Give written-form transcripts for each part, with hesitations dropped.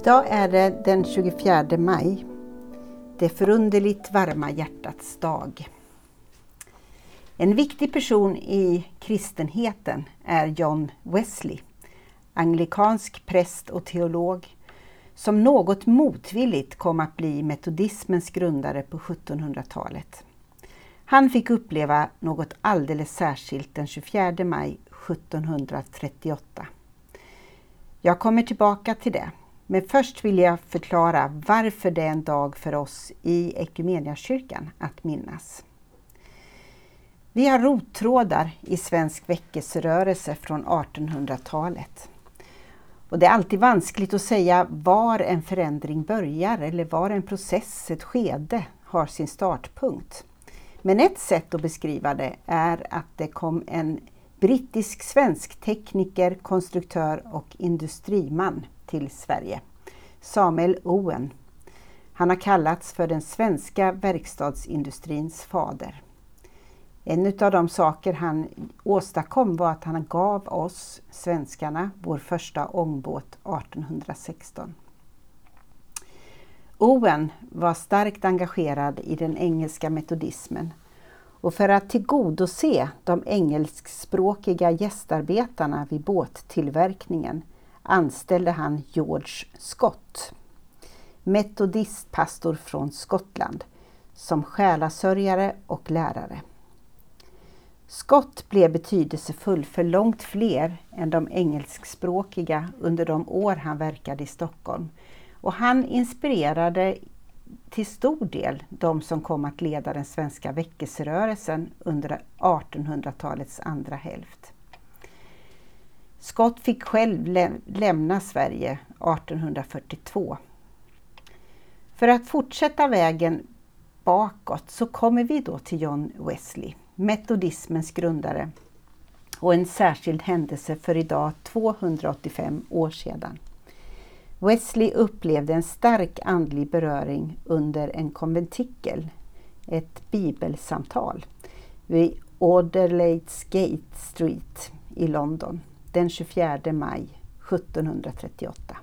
Idag är det den 24 maj, det förunderligt varma hjärtats dag. En viktig person i kristenheten är John Wesley, anglikansk präst och teolog, som något motvilligt kom att bli metodismens grundare på 1700-talet. Han fick uppleva något alldeles särskilt den 24 maj 1738. Jag kommer tillbaka till det. Men först vill jag förklara varför det är en dag för oss i Equmeniakyrkan att minnas. Vi har rottrådar i svensk väckelserörelse från 1800-talet. Och det är alltid vanskligt att säga var en förändring börjar eller var en process, ett skede, har sin startpunkt. Men ett sätt att beskriva det är att det kom en brittisk-svensk tekniker, konstruktör och industriman till Sverige, Samuel Owen. Han har kallats för den svenska verkstadsindustrins fader. En av de saker han åstadkom var att han gav oss svenskarna vår första ångbåt 1816. Owen var starkt engagerad i den engelska metodismen, och för att tillgodose de engelskspråkiga gästarbetarna vid båttillverkningen anställde han George Scott, metodistpastor från Skottland, som själasörjare och lärare. Scott blev betydelsefull för långt fler än de engelskspråkiga under de år han verkade i Stockholm, och han inspirerade till stor del de som kom att leda den svenska väckelserörelsen under 1800-talets andra hälft. Scott fick själv lämna Sverige 1842. För att fortsätta vägen bakåt så kommer vi då till John Wesley, metodismens grundare, och en särskild händelse för idag 285 år sedan. Wesley upplevde en stark andlig beröring under en konventikel, ett bibelsamtal, vid Alderleigh Gate Street i London den 24 maj 1738.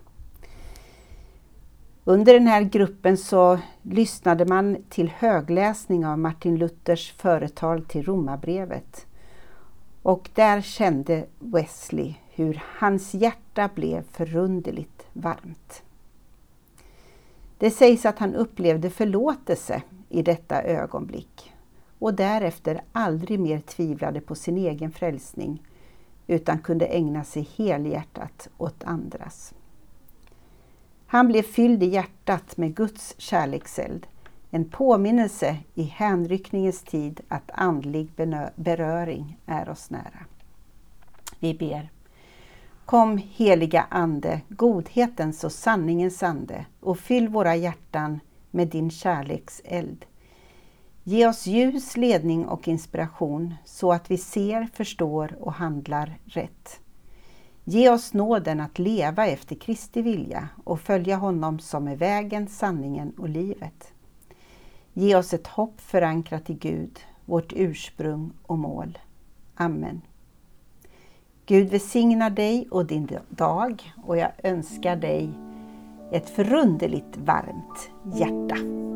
Under den här gruppen så lyssnade man till högläsning av Martin Luthers företal till Romarbrevet. Och där kände Wesley hur hans hjärta blev förunderligt varmt. Det sägs att han upplevde förlåtelse i detta ögonblick och därefter aldrig mer tvivlade på sin egen frälsning, utan kunde ägna sig helhjärtat åt andras. Han blev fylld i hjärtat med Guds kärlekseld, en påminnelse i hänryckningens tid att andlig beröring är oss nära. Vi ber. Kom, heliga ande, godhetens och sanningens ande, och fyll våra hjärtan med din kärlekseld. Ge oss ljus, ledning och inspiration så att vi ser, förstår och handlar rätt. Ge oss nåden att leva efter Kristi vilja och följa honom som är vägen, sanningen och livet. Ge oss ett hopp förankrat i Gud, vårt ursprung och mål. Amen. Gud välsignar dig och din dag, och jag önskar dig ett förunderligt varmt hjärta.